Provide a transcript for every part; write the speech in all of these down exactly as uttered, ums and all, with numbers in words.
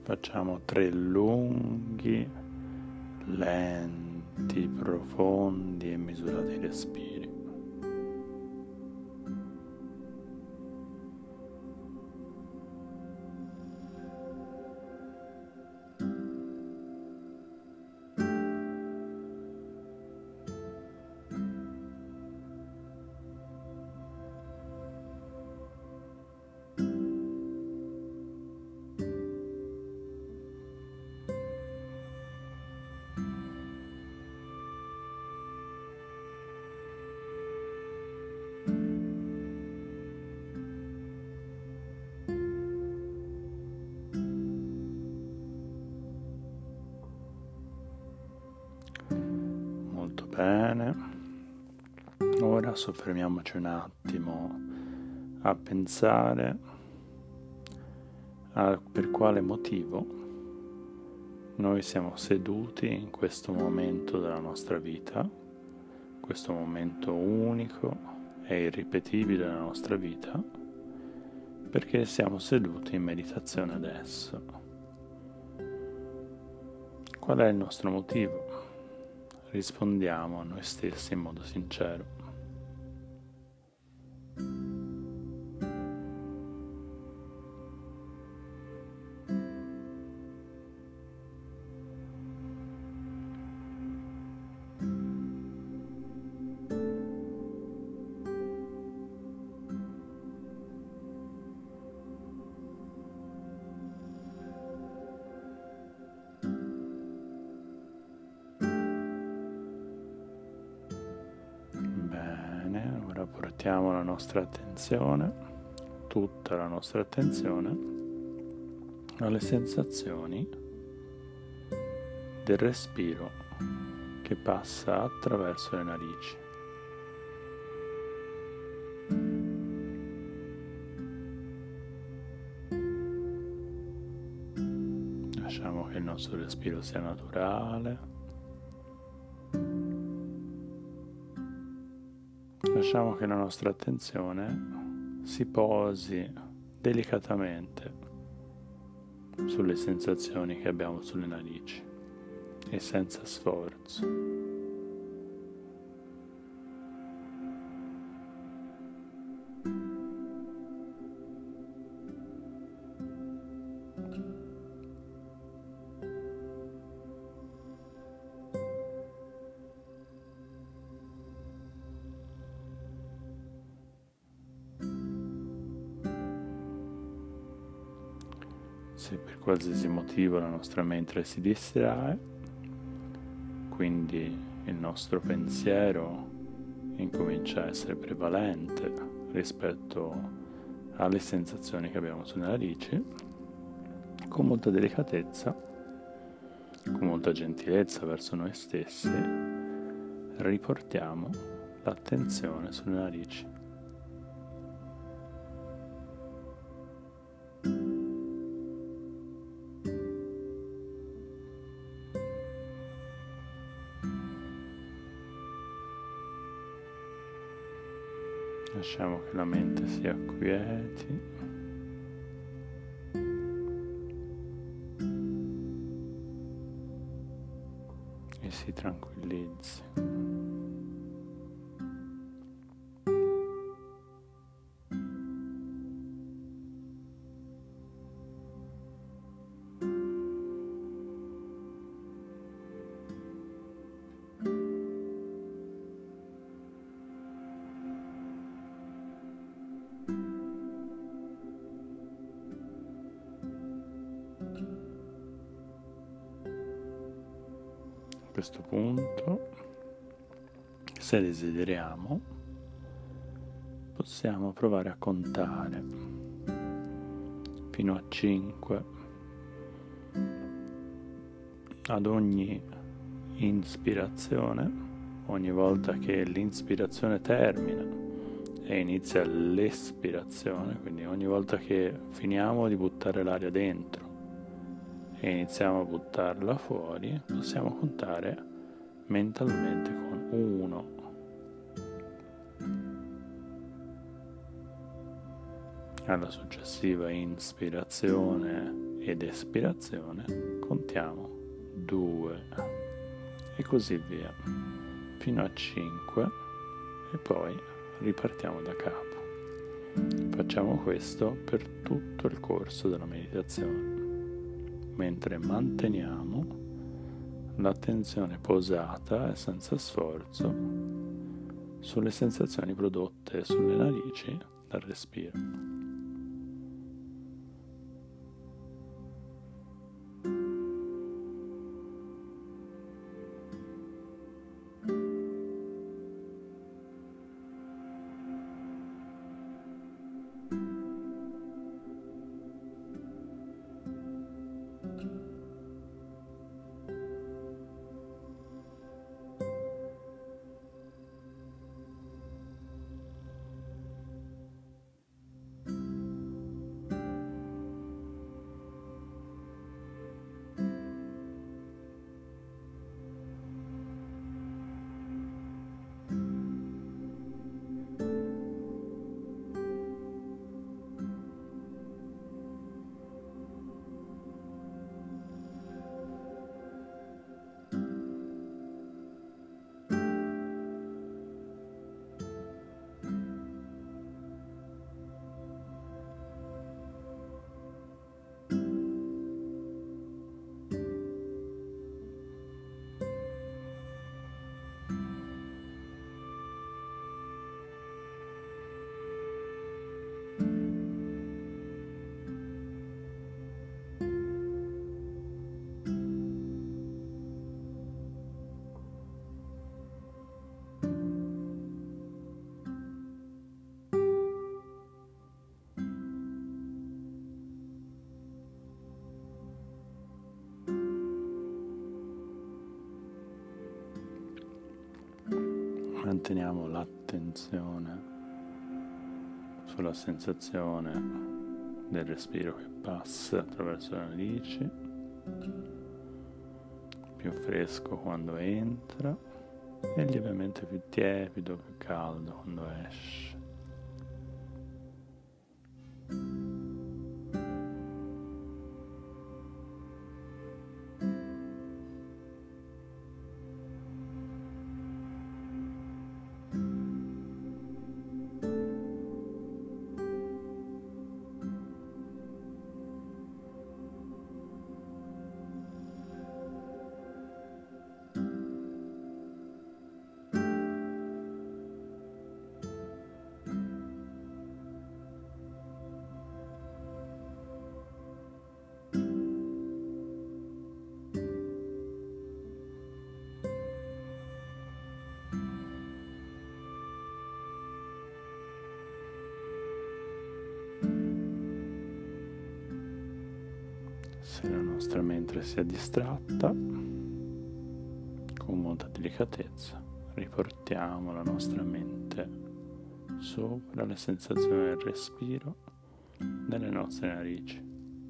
Facciamo tre lunghi, lenti, profondi e misurati respiri. Bene, ora soffermiamoci un attimo a pensare a per quale motivo noi siamo seduti in questo momento della nostra vita, questo momento unico e irripetibile della nostra vita, perché siamo seduti in meditazione adesso. Qual è il nostro motivo? Rispondiamo a noi stessi in modo sincero. Portiamo la nostra attenzione, tutta la nostra attenzione, alle sensazioni del respiro che passa attraverso le narici. Lasciamo che il nostro respiro sia naturale. Lasciamo che la nostra attenzione si posi delicatamente sulle sensazioni che abbiamo sulle narici e senza sforzo. Se per qualsiasi motivo la nostra mente si distrae, quindi il nostro pensiero incomincia a essere prevalente rispetto alle sensazioni che abbiamo sulle narici, con molta delicatezza, con molta gentilezza verso noi stessi, riportiamo l'attenzione sulle narici. Lasciamo che la mente si acquieti e si tranquillizzi. A questo punto, se desideriamo, possiamo provare a contare fino a cinque ad ogni ispirazione, ogni volta che l'inspirazione termina e inizia l'espirazione, quindi ogni volta che finiamo di buttare l'aria dentro e iniziamo a buttarla fuori, possiamo contare mentalmente con uno. Alla successiva inspirazione ed espirazione contiamo due e così via fino a cinque e poi ripartiamo da capo. Facciamo questo per tutto il corso della meditazione, mentre manteniamo l'attenzione posata e senza sforzo sulle sensazioni prodotte sulle narici dal respiro. Manteniamo l'attenzione sulla sensazione del respiro che passa attraverso le narici, più fresco quando entra e lievemente più tiepido, più caldo quando esce. Se la nostra mente si è distratta, con molta delicatezza riportiamo la nostra mente sopra le sensazioni del respiro nelle nostre narici.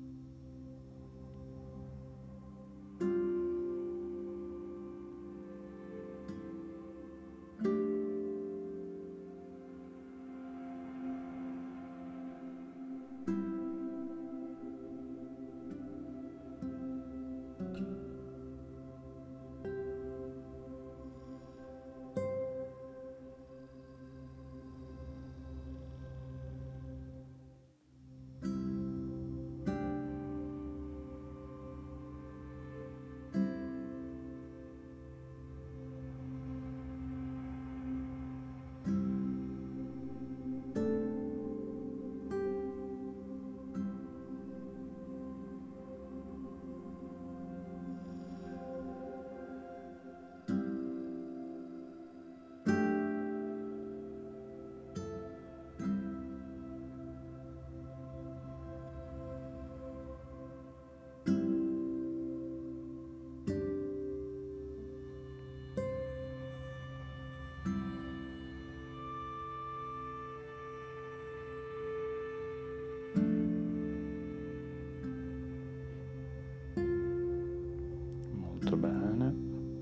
Molto bene.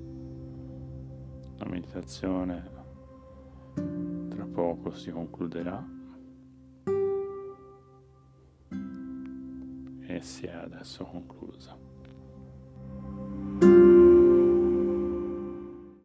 La meditazione tra poco si concluderà e si è adesso conclusa.